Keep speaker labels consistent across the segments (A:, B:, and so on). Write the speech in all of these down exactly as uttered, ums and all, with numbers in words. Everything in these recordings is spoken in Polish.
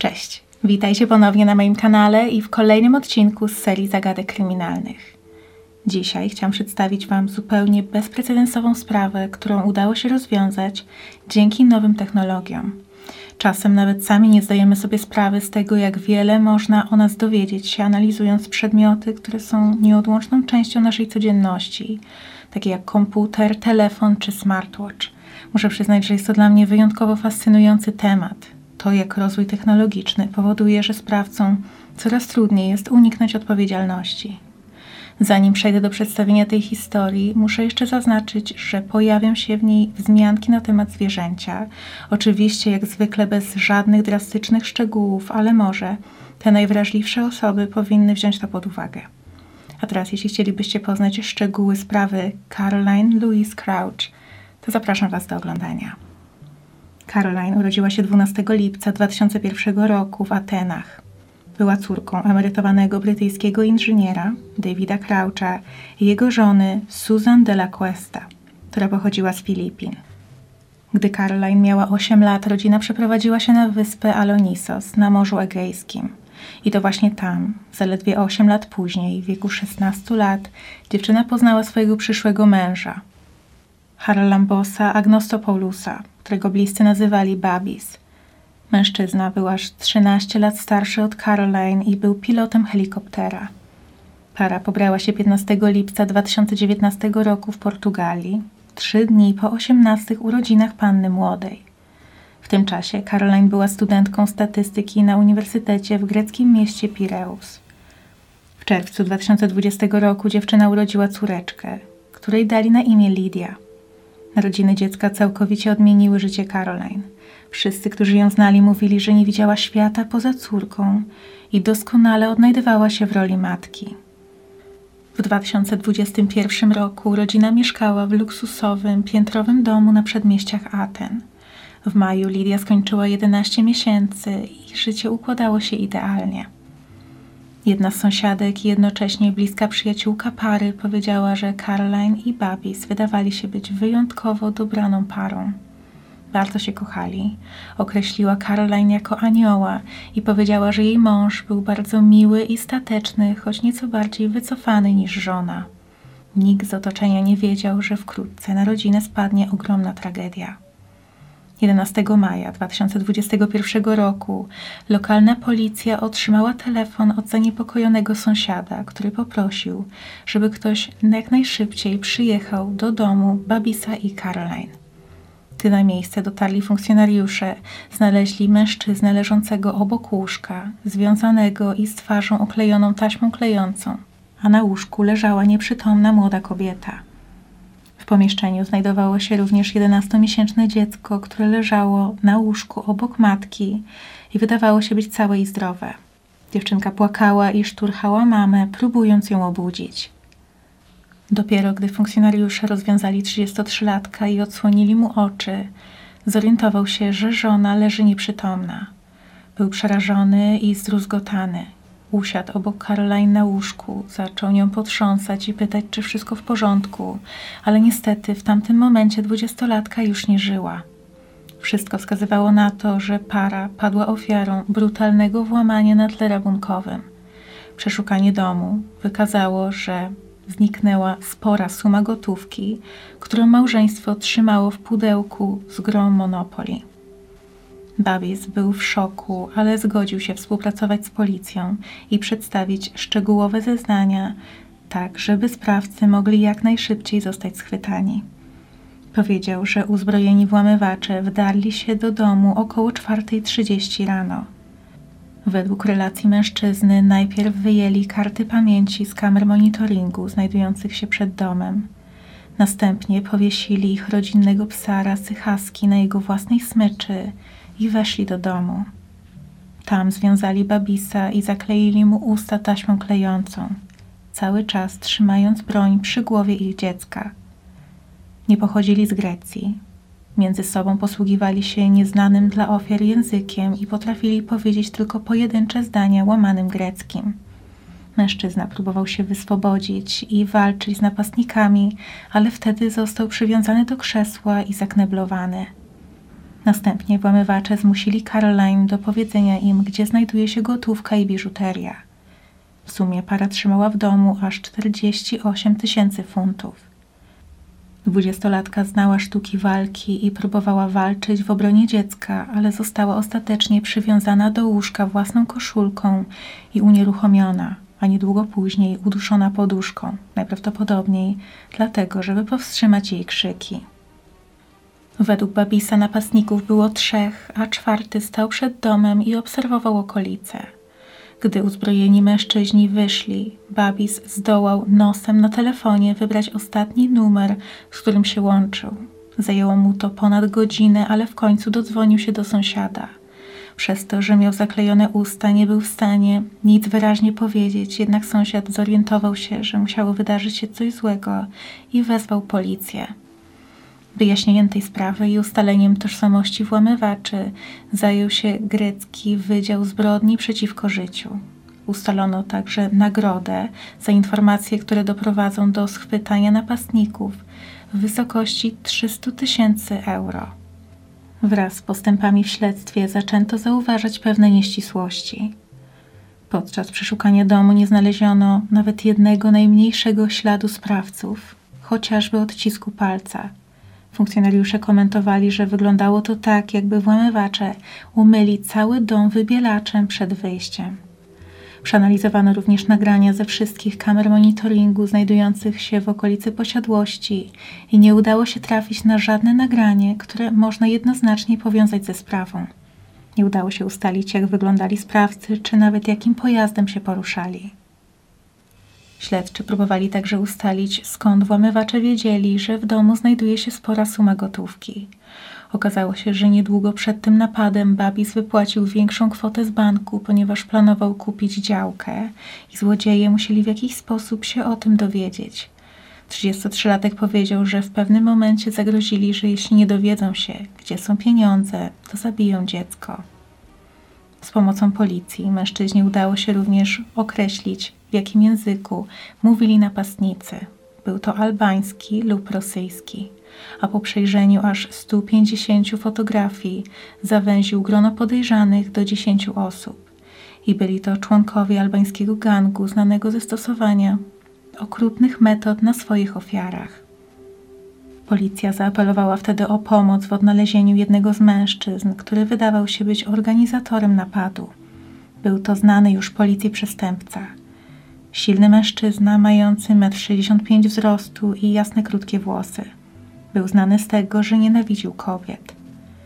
A: Cześć, witajcie ponownie na moim kanale i w kolejnym odcinku z serii zagadek kryminalnych. Dzisiaj chciałam przedstawić Wam zupełnie bezprecedensową sprawę, którą udało się rozwiązać dzięki nowym technologiom. Czasem nawet sami nie zdajemy sobie sprawy z tego, jak wiele można o nas dowiedzieć się, analizując przedmioty, które są nieodłączną częścią naszej codzienności, takie jak komputer, telefon czy smartwatch. Muszę przyznać, że jest to dla mnie wyjątkowo fascynujący temat. To, jak rozwój technologiczny powoduje, że sprawcom coraz trudniej jest uniknąć odpowiedzialności. Zanim przejdę do przedstawienia tej historii, muszę jeszcze zaznaczyć, że pojawią się w niej wzmianki na temat zwierzęcia. Oczywiście, jak zwykle, bez żadnych drastycznych szczegółów, ale może te najwrażliwsze osoby powinny wziąć to pod uwagę. A teraz, jeśli chcielibyście poznać szczegóły sprawy Caroline Louise Crouch, to zapraszam Was do oglądania. Caroline urodziła się dwunastego lipca dwa tysiące pierwszego roku w Atenach. Była córką emerytowanego brytyjskiego inżyniera Davida Croucha i jego żony Susan de la Cuesta, która pochodziła z Filipin. Gdy Caroline miała osiem lat, rodzina przeprowadziła się na wyspę Alonisos na Morzu Egejskim. I to właśnie tam, zaledwie osiem lat później, w wieku szesnastu lat, dziewczyna poznała swojego przyszłego męża, Harlambosa Agnostopoulusa, którego bliscy nazywali Babis. Mężczyzna był aż trzynaście lat starszy od Caroline i był pilotem helikoptera. Para pobrała się piętnastego lipca dwa tysiące dziewiętnastego roku w Portugalii, trzy dni po osiemnastych urodzinach panny młodej. W tym czasie Caroline była studentką statystyki na uniwersytecie w greckim mieście Pireus. W czerwcu dwa tysiące dwudziestego roku dziewczyna urodziła córeczkę, której dali na imię Lidia. Narodziny dziecka całkowicie odmieniły życie Caroline. Wszyscy, którzy ją znali, mówili, że nie widziała świata poza córką i doskonale odnajdywała się w roli matki. W dwa tysiące dwudziestym pierwszym roku rodzina mieszkała w luksusowym, piętrowym domu na przedmieściach Aten. W maju Lidia skończyła jedenaście miesięcy i życie układało się idealnie. Jedna z sąsiadek i jednocześnie bliska przyjaciółka pary powiedziała, że Caroline i Babis wydawali się być wyjątkowo dobraną parą. Bardzo się kochali. Określiła Caroline jako anioła i powiedziała, że jej mąż był bardzo miły i stateczny, choć nieco bardziej wycofany niż żona. Nikt z otoczenia nie wiedział, że wkrótce na rodzinę spadnie ogromna tragedia. jedenastego maja dwa tysiące dwudziestego pierwszego roku lokalna policja otrzymała telefon od zaniepokojonego sąsiada, który poprosił, żeby ktoś jak najszybciej przyjechał do domu Babisa i Caroline. Gdy na miejsce dotarli funkcjonariusze, znaleźli mężczyznę leżącego obok łóżka, związanego i z twarzą oklejoną taśmą klejącą, a na łóżku leżała nieprzytomna młoda kobieta. W pomieszczeniu znajdowało się również jedenastomiesięczne dziecko, które leżało na łóżku obok matki i wydawało się być całe i zdrowe. Dziewczynka płakała i szturchała mamę, próbując ją obudzić. Dopiero gdy funkcjonariusze rozwiązali trzydziestotrzylatka i odsłonili mu oczy, zorientował się, że żona leży nieprzytomna. Był przerażony i zdruzgotany. Usiadł obok Caroline na łóżku, zaczął nią potrząsać i pytać, czy wszystko w porządku, ale niestety w tamtym momencie dwudziestolatka już nie żyła. Wszystko wskazywało na to, że para padła ofiarą brutalnego włamania na tle rabunkowym. Przeszukanie domu wykazało, że zniknęła spora suma gotówki, którą małżeństwo trzymało w pudełku z grą Monopoly. Babis był w szoku, ale zgodził się współpracować z policją i przedstawić szczegółowe zeznania, tak żeby sprawcy mogli jak najszybciej zostać schwytani. Powiedział, że uzbrojeni włamywacze wdarli się do domu około czwartej trzydzieści rano. Według relacji mężczyzny najpierw wyjęli karty pamięci z kamer monitoringu znajdujących się przed domem. Następnie powiesili ich rodzinnego psa rasy husky na jego własnej smyczy i weszli do domu. Tam związali Babisa i zakleili mu usta taśmą klejącą, cały czas trzymając broń przy głowie ich dziecka. Nie pochodzili z Grecji. Między sobą posługiwali się nieznanym dla ofiar językiem i potrafili powiedzieć tylko pojedyncze zdania łamanym greckim. Mężczyzna próbował się wyswobodzić i walczyć z napastnikami, ale wtedy został przywiązany do krzesła i zakneblowany. Następnie włamywacze zmusili Caroline do powiedzenia im, gdzie znajduje się gotówka i biżuteria. W sumie para trzymała w domu aż czterdzieści osiem tysięcy funtów. Dwudziestolatka znała sztuki walki i próbowała walczyć w obronie dziecka, ale została ostatecznie przywiązana do łóżka własną koszulką i unieruchomiona, a niedługo później uduszona poduszką, najprawdopodobniej dlatego, żeby powstrzymać jej krzyki. Według Babisa napastników było trzech, a czwarty stał przed domem i obserwował okolice. Gdy uzbrojeni mężczyźni wyszli, Babis zdołał nosem na telefonie wybrać ostatni numer, z którym się łączył. Zajęło mu to ponad godzinę, ale w końcu dodzwonił się do sąsiada. Przez to, że miał zaklejone usta, nie był w stanie nic wyraźnie powiedzieć, jednak sąsiad zorientował się, że musiało wydarzyć się coś złego i wezwał policję. Wyjaśnieniem tej sprawy i ustaleniem tożsamości włamywaczy zajął się grecki Wydział Zbrodni przeciwko Życiu. Ustalono także nagrodę za informacje, które doprowadzą do schwytania napastników w wysokości trzysta tysięcy euro. Wraz z postępami w śledztwie zaczęto zauważać pewne nieścisłości. Podczas przeszukania domu nie znaleziono nawet jednego najmniejszego śladu sprawców, chociażby odcisku palca. Funkcjonariusze komentowali, że wyglądało to tak, jakby włamywacze umyli cały dom wybielaczem przed wyjściem. Przeanalizowano również nagrania ze wszystkich kamer monitoringu znajdujących się w okolicy posiadłości i nie udało się trafić na żadne nagranie, które można jednoznacznie powiązać ze sprawą. Nie udało się ustalić, jak wyglądali sprawcy, czy nawet jakim pojazdem się poruszali. Śledczy próbowali także ustalić, skąd włamywacze wiedzieli, że w domu znajduje się spora suma gotówki. Okazało się, że niedługo przed tym napadem Babis wypłacił większą kwotę z banku, ponieważ planował kupić działkę i złodzieje musieli w jakiś sposób się o tym dowiedzieć. trzydziestotrzylatek powiedział, że w pewnym momencie zagrozili, że jeśli nie dowiedzą się, gdzie są pieniądze, to zabiją dziecko. Z pomocą policji mężczyźnie udało się również określić, w jakim języku mówili napastnicy. Był to albański lub rosyjski, a po przejrzeniu aż stu pięćdziesięciu fotografii zawęził grono podejrzanych do dziesięciu osób. I byli to członkowie albańskiego gangu znanego ze stosowania okrutnych metod na swoich ofiarach. Policja zaapelowała wtedy o pomoc w odnalezieniu jednego z mężczyzn, który wydawał się być organizatorem napadu. Był to znany już policji przestępca. Silny mężczyzna mający metr sześćdziesiąt pięć wzrostu i jasne krótkie włosy. Był znany z tego, że nienawidził kobiet.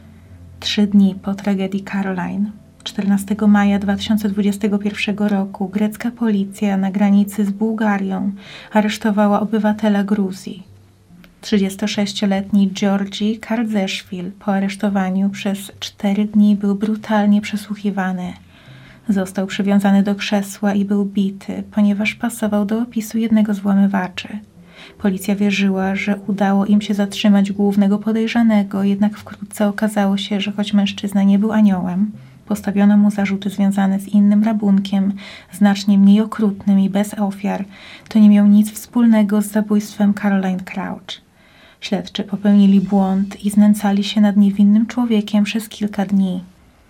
A: Trzy dni po tragedii Caroline, czternastego maja dwa tysiące dwudziestego pierwszego roku, grecka policja na granicy z Bułgarią aresztowała obywatela Gruzji. trzydziestosześcioletni Georgi Kardzeszwil po aresztowaniu przez cztery dni był brutalnie przesłuchiwany. Został przywiązany do krzesła i był bity, ponieważ pasował do opisu jednego z włamywaczy. Policja wierzyła, że udało im się zatrzymać głównego podejrzanego, jednak wkrótce okazało się, że choć mężczyzna nie był aniołem, postawiono mu zarzuty związane z innym rabunkiem, znacznie mniej okrutnym i bez ofiar, to nie miał nic wspólnego z zabójstwem Caroline Crouch. Śledczy popełnili błąd i znęcali się nad niewinnym człowiekiem przez kilka dni.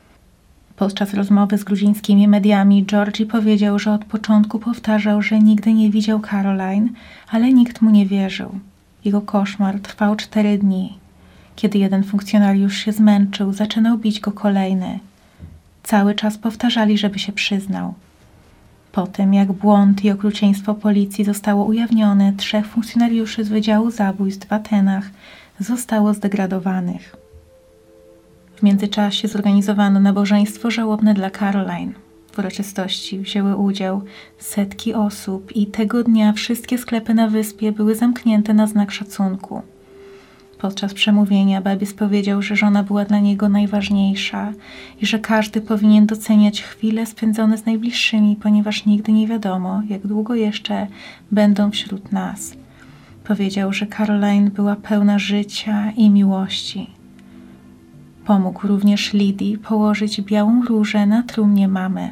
A: Podczas rozmowy z gruzińskimi mediami Georgi powiedział, że od początku powtarzał, że nigdy nie widział Caroline, ale nikt mu nie wierzył. Jego koszmar trwał cztery dni. Kiedy jeden funkcjonariusz się zmęczył, zaczynał bić go kolejny. Cały czas powtarzali, żeby się przyznał. Po tym, jak błąd i okrucieństwo policji zostało ujawnione, trzech funkcjonariuszy z Wydziału Zabójstw w Atenach zostało zdegradowanych. W międzyczasie zorganizowano nabożeństwo żałobne dla Caroline. W uroczystości wzięły udział setki osób i tego dnia wszystkie sklepy na wyspie były zamknięte na znak szacunku. Podczas przemówienia Babis powiedział, że żona była dla niego najważniejsza i że każdy powinien doceniać chwile spędzone z najbliższymi, ponieważ nigdy nie wiadomo, jak długo jeszcze będą wśród nas. Powiedział, że Caroline była pełna życia i miłości. Pomógł również Lidii położyć białą różę na trumnie mamy.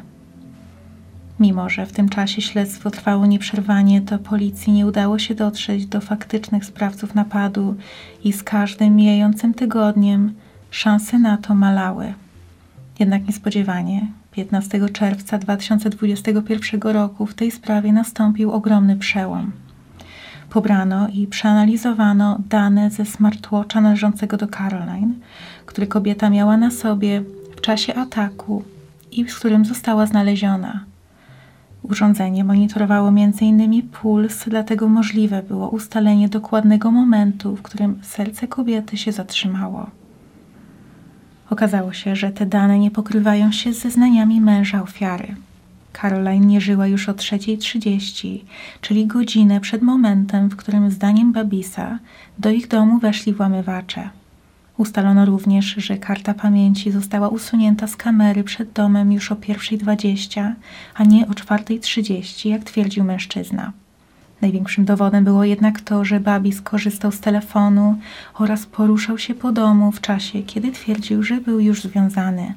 A: Mimo że w tym czasie śledztwo trwało nieprzerwanie, to policji nie udało się dotrzeć do faktycznych sprawców napadu i z każdym mijającym tygodniem szanse na to malały. Jednak niespodziewanie piętnastego czerwca dwa tysiące dwudziestego pierwszego roku w tej sprawie nastąpił ogromny przełom. Pobrano i przeanalizowano dane ze smartwatcha należącego do Caroline, który kobieta miała na sobie w czasie ataku i z którym została znaleziona. Urządzenie monitorowało między innymi puls, dlatego możliwe było ustalenie dokładnego momentu, w którym serce kobiety się zatrzymało. Okazało się, że te dane nie pokrywają się z zeznaniami męża ofiary. Caroline nie żyła już o trzeciej trzydzieści, czyli godzinę przed momentem, w którym zdaniem Babisa do ich domu weszli włamywacze. Ustalono również, że karta pamięci została usunięta z kamery przed domem już o pierwszej dwadzieścia, a nie o czwartej trzydzieści, jak twierdził mężczyzna. Największym dowodem było jednak to, że Babis korzystał z telefonu oraz poruszał się po domu w czasie, kiedy twierdził, że był już związany.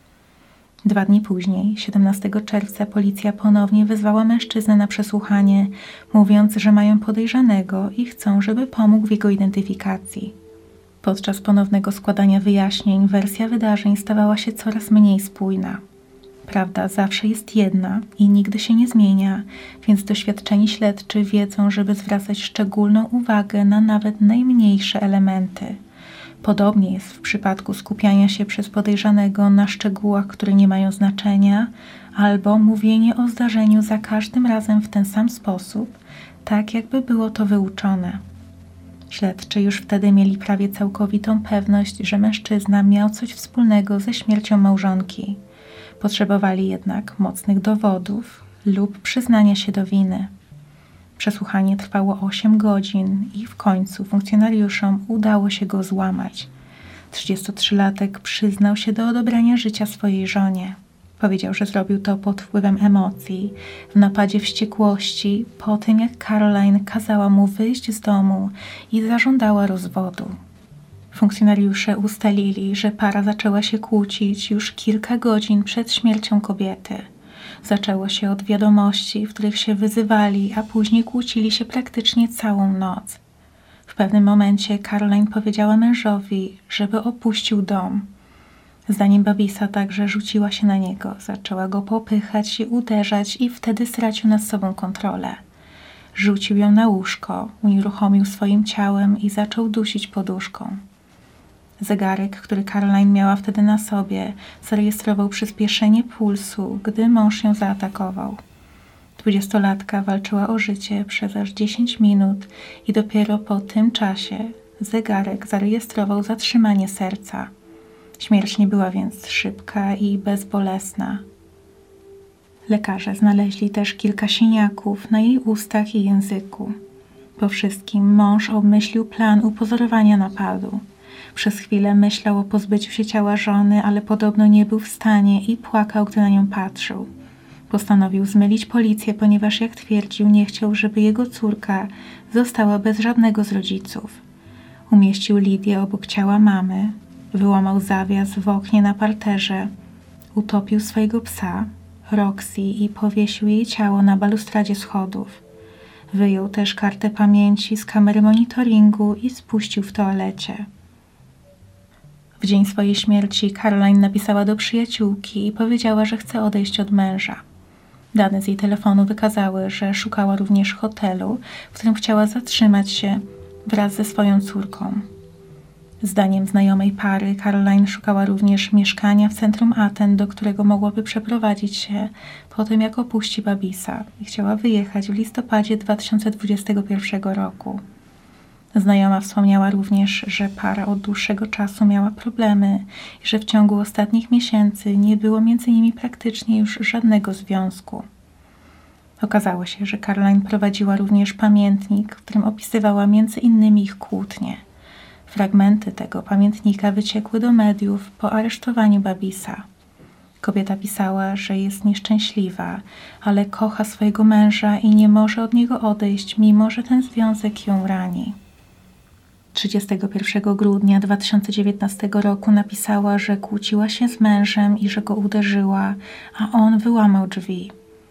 A: Dwa dni później, siedemnastego czerwca, policja ponownie wezwała mężczyznę na przesłuchanie, mówiąc, że mają podejrzanego i chcą, żeby pomógł w jego identyfikacji. Podczas ponownego składania wyjaśnień wersja wydarzeń stawała się coraz mniej spójna. Prawda zawsze jest jedna i nigdy się nie zmienia, więc doświadczeni śledczy wiedzą, żeby zwracać szczególną uwagę na nawet najmniejsze elementy. Podobnie jest w przypadku skupiania się przez podejrzanego na szczegółach, które nie mają znaczenia, albo mówienie o zdarzeniu za każdym razem w ten sam sposób, tak jakby było to wyuczone. Śledczy już wtedy mieli prawie całkowitą pewność, że mężczyzna miał coś wspólnego ze śmiercią małżonki. Potrzebowali jednak mocnych dowodów lub przyznania się do winy. Przesłuchanie trwało osiem godzin i w końcu funkcjonariuszom udało się go złamać. trzydziestotrzylatek przyznał się do odebrania życia swojej żonie. Powiedział, że zrobił to pod wpływem emocji, w napadzie wściekłości, po tym jak Caroline kazała mu wyjść z domu i zażądała rozwodu. Funkcjonariusze ustalili, że para zaczęła się kłócić już kilka godzin przed śmiercią kobiety. Zaczęło się od wiadomości, w których się wyzywali, a później kłócili się praktycznie całą noc. W pewnym momencie Caroline powiedziała mężowi, żeby opuścił dom. Zdaniem Babisa także rzuciła się na niego, zaczęła go popychać i uderzać i wtedy stracił nad sobą kontrolę. Rzucił ją na łóżko, unieruchomił swoim ciałem i zaczął dusić poduszką. Zegarek, który Caroline miała wtedy na sobie, zarejestrował przyspieszenie pulsu, gdy mąż ją zaatakował. Dwudziestolatka walczyła o życie przez aż dziesięć minut i dopiero po tym czasie zegarek zarejestrował zatrzymanie serca. Śmierć nie była więc szybka i bezbolesna. Lekarze znaleźli też kilka siniaków na jej ustach i języku. Po wszystkim mąż obmyślił plan upozorowania napadu. Przez chwilę myślał o pozbyciu się ciała żony, ale podobno nie był w stanie i płakał, gdy na nią patrzył. Postanowił zmylić policję, ponieważ, jak twierdził, nie chciał, żeby jego córka została bez żadnego z rodziców. Umieścił Lidię obok ciała mamy, wyłamał zawias w oknie na parterze, utopił swojego psa, Roxy, i powiesił jej ciało na balustradzie schodów. Wyjął też kartę pamięci z kamery monitoringu i spuścił w toalecie. W dzień swojej śmierci Caroline napisała do przyjaciółki i powiedziała, że chce odejść od męża. Dane z jej telefonu wykazały, że szukała również hotelu, w którym chciała zatrzymać się wraz ze swoją córką. Zdaniem znajomej pary, Caroline szukała również mieszkania w centrum Aten, do którego mogłaby przeprowadzić się po tym, jak opuści Babisa, i chciała wyjechać w listopadzie dwa tysiące dwudziestego pierwszego roku. Znajoma wspomniała również, że para od dłuższego czasu miała problemy i że w ciągu ostatnich miesięcy nie było między nimi praktycznie już żadnego związku. Okazało się, że Caroline prowadziła również pamiętnik, w którym opisywała między innymi ich kłótnie. Fragmenty tego pamiętnika wyciekły do mediów po aresztowaniu Babisa. Kobieta pisała, że jest nieszczęśliwa, ale kocha swojego męża i nie może od niego odejść, mimo że ten związek ją rani. trzydziestego pierwszego grudnia dwa tysiące dziewiętnastego roku napisała, że kłóciła się z mężem i że go uderzyła, a on wyłamał drzwi.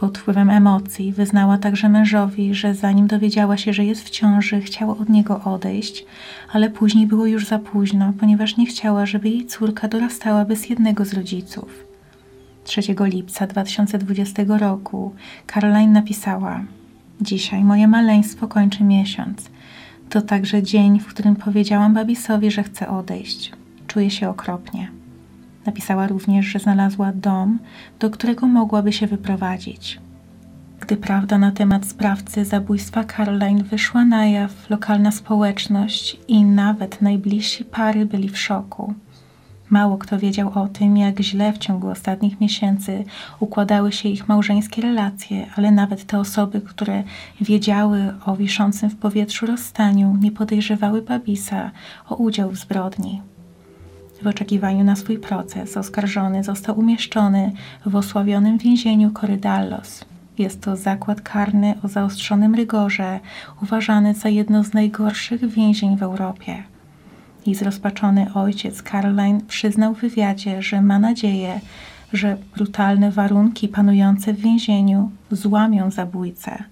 A: Pod wpływem emocji wyznała także mężowi, że zanim dowiedziała się, że jest w ciąży, chciała od niego odejść, ale później było już za późno, ponieważ nie chciała, żeby jej córka dorastała bez jednego z rodziców. trzeciego lipca dwa tysiące dwudziestego roku Caroline napisała: Dzisiaj moje maleństwo kończy miesiąc. To także dzień, w którym powiedziałam Babisowi, że chcę odejść. Czuję się okropnie. Napisała również, że znalazła dom, do którego mogłaby się wyprowadzić. Gdy prawda na temat sprawcy zabójstwa Caroline wyszła na jaw, lokalna społeczność i nawet najbliżsi pary byli w szoku. Mało kto wiedział o tym, jak źle w ciągu ostatnich miesięcy układały się ich małżeńskie relacje, ale nawet te osoby, które wiedziały o wiszącym w powietrzu rozstaniu, nie podejrzewały Babisa o udział w zbrodni. W oczekiwaniu na swój proces oskarżony został umieszczony w osławionym więzieniu Korydallos. Jest to zakład karny o zaostrzonym rygorze, uważany za jedno z najgorszych więzień w Europie. I zrozpaczony ojciec Caroline przyznał w wywiadzie, że ma nadzieję, że brutalne warunki panujące w więzieniu złamią zabójcę.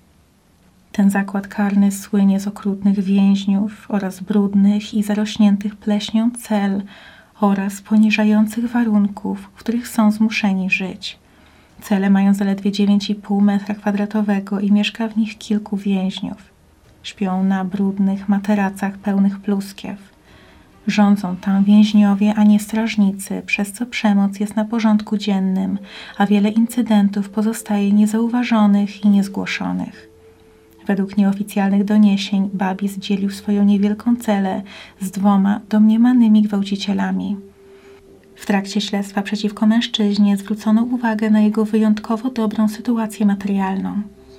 A: Ten zakład karny słynie z okrutnych więźniów oraz brudnych i zarośniętych pleśnią cel oraz poniżających warunków, w których są zmuszeni żyć. Cele mają zaledwie dziewięć i pół metra kwadratowego i mieszka w nich kilku więźniów. Śpią na brudnych materacach pełnych pluskiew. Rządzą tam więźniowie, a nie strażnicy, przez co przemoc jest na porządku dziennym, a wiele incydentów pozostaje niezauważonych i niezgłoszonych. Według nieoficjalnych doniesień Babis dzielił swoją niewielką celę z dwoma domniemanymi gwałcicielami. W trakcie śledztwa przeciwko mężczyźnie zwrócono uwagę na jego wyjątkowo dobrą sytuację materialną.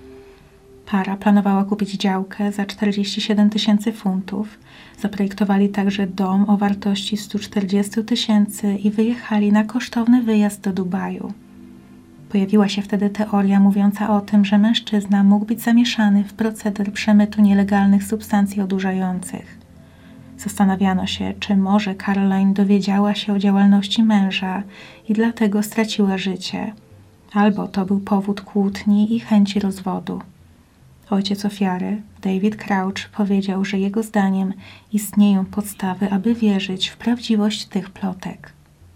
A: Para planowała kupić działkę za czterdzieści siedem tysięcy funtów, zaprojektowali także dom o wartości sto czterdzieści tysięcy i wyjechali na kosztowny wyjazd do Dubaju. Pojawiła się wtedy teoria mówiąca o tym, że mężczyzna mógł być zamieszany w proceder przemytu nielegalnych substancji odurzających. Zastanawiano się, czy może Caroline dowiedziała się o działalności męża i dlatego straciła życie, albo to był powód kłótni i chęci rozwodu. Ojciec ofiary, David Crouch, powiedział, że jego zdaniem istnieją podstawy, aby wierzyć w prawdziwość tych plotek.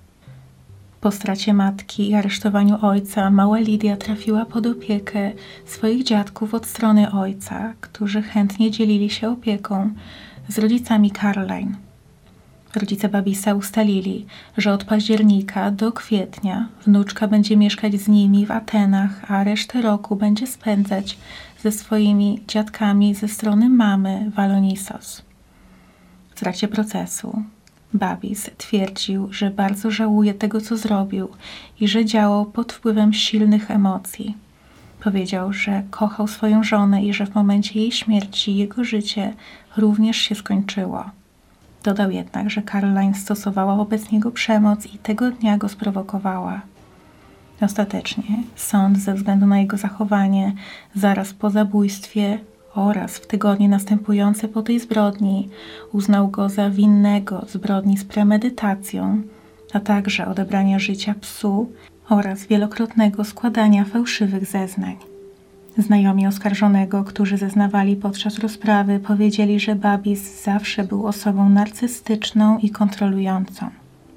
A: Po stracie matki i aresztowaniu ojca, mała Lydia trafiła pod opiekę swoich dziadków od strony ojca, którzy chętnie dzielili się opieką z rodzicami Caroline. Rodzice Babisa ustalili, że od października do kwietnia wnuczka będzie mieszkać z nimi w Atenach, a resztę roku będzie spędzać ze swoimi dziadkami ze strony mamy w Alonissos. W trakcie procesu Babis twierdził, że bardzo żałuje tego, co zrobił i że działał pod wpływem silnych emocji. Powiedział, że kochał swoją żonę i że w momencie jej śmierci jego życie również się skończyło. Dodał jednak, że Caroline stosowała wobec niego przemoc i tego dnia go sprowokowała. Ostatecznie sąd ze względu na jego zachowanie zaraz po zabójstwie oraz w tygodnie następujące po tej zbrodni uznał go za winnego zbrodni z premedytacją, a także odebrania życia psu oraz wielokrotnego składania fałszywych zeznań. Znajomi oskarżonego, którzy zeznawali podczas rozprawy, powiedzieli, że Babis zawsze był osobą narcystyczną i kontrolującą.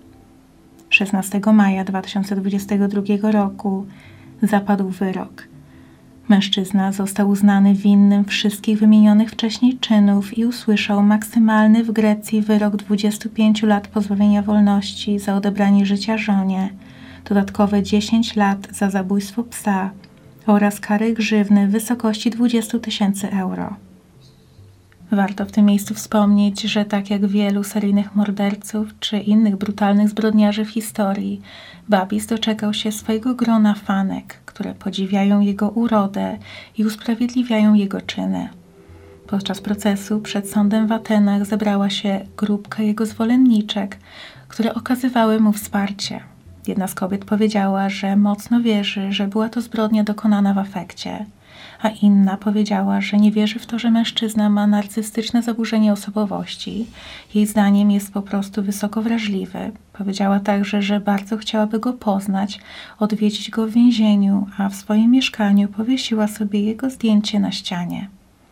A: szesnastego maja dwa tysiące dwudziestego drugiego roku zapadł wyrok. Mężczyzna został uznany winnym wszystkich wymienionych wcześniej czynów i usłyszał maksymalny w Grecji wyrok dwudziestu pięciu lat pozbawienia wolności za odebranie życia żonie, dodatkowe dziesięć lat za zabójstwo psa oraz karę grzywny w wysokości dwudziestu tysięcy euro. Warto w tym miejscu wspomnieć, że tak jak wielu seryjnych morderców czy innych brutalnych zbrodniarzy w historii, Babis doczekał się swojego grona fanek, które podziwiają jego urodę i usprawiedliwiają jego czyny. Podczas procesu przed sądem w Atenach zebrała się grupka jego zwolenniczek, które okazywały mu wsparcie. Jedna z kobiet powiedziała, że mocno wierzy, że była to zbrodnia dokonana w afekcie. a inna powiedziała, że nie wierzy w to, że mężczyzna ma narcystyczne zaburzenie osobowości. Jej zdaniem jest po prostu wysoko wrażliwy. Powiedziała także, że bardzo chciałaby go poznać, odwiedzić go w więzieniu, a w swoim mieszkaniu powiesiła sobie jego zdjęcie na ścianie.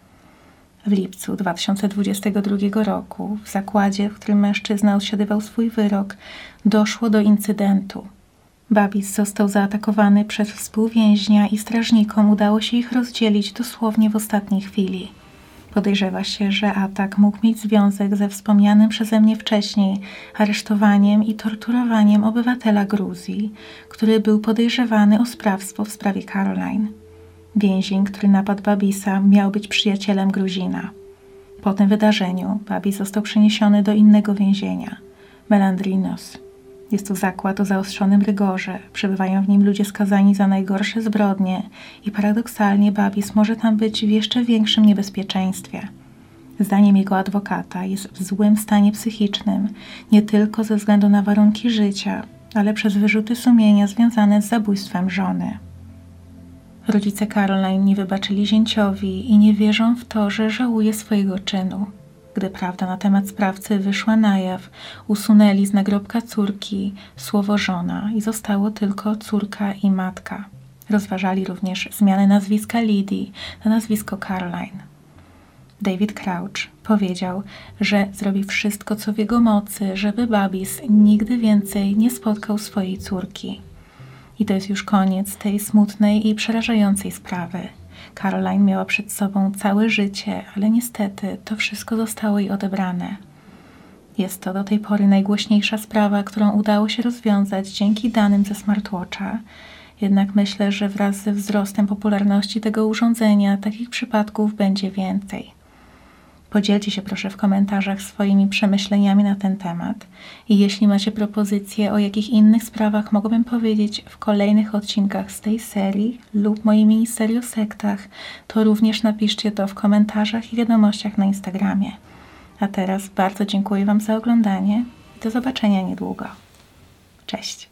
A: W lipcu dwa tysiące dwudziestego drugiego roku w zakładzie, w którym mężczyzna odsiadywał swój wyrok, doszło do incydentu. Babis został zaatakowany przez współwięźnia i strażnikom udało się ich rozdzielić dosłownie w ostatniej chwili. Podejrzewa się, że atak mógł mieć związek ze wspomnianym przeze mnie wcześniej aresztowaniem i torturowaniem obywatela Gruzji, który był podejrzewany o sprawstwo w sprawie Caroline. Więzień, który napadł Babisa, miał być przyjacielem Gruzina. Po tym wydarzeniu Babis został przeniesiony do innego więzienia, Melandrinos. Jest to zakład o zaostrzonym rygorze, przebywają w nim ludzie skazani za najgorsze zbrodnie i paradoksalnie Babis może tam być w jeszcze większym niebezpieczeństwie. Zdaniem jego adwokata jest w złym stanie psychicznym nie tylko ze względu na warunki życia, ale przez wyrzuty sumienia związane z zabójstwem żony. Rodzice Caroline nie wybaczyli zięciowi i nie wierzą w to, że żałuje swojego czynu. Gdy prawda na temat sprawcy wyszła na jaw, usunęli z nagrobka córki słowo żona i zostało tylko córka i matka. Rozważali również zmianę nazwiska Lidii na nazwisko Caroline. David Crouch powiedział, że zrobi wszystko, co w jego mocy, żeby Babis nigdy więcej nie spotkał swojej córki. I to jest już koniec tej smutnej i przerażającej sprawy. Caroline miała przed sobą całe życie, ale niestety to wszystko zostało jej odebrane. Jest to do tej pory najgłośniejsza sprawa, którą udało się rozwiązać dzięki danym ze smartwatcha. Jednak myślę, że wraz ze wzrostem popularności tego urządzenia takich przypadków będzie więcej. Podzielcie się proszę w komentarzach swoimi przemyśleniami na ten temat i jeśli macie propozycje, o jakich innych sprawach mogłabym powiedzieć w kolejnych odcinkach z tej serii lub mojej miniserii o sektach, to również napiszcie to w komentarzach i wiadomościach na Instagramie. A teraz bardzo dziękuję Wam za oglądanie i do zobaczenia niedługo. Cześć!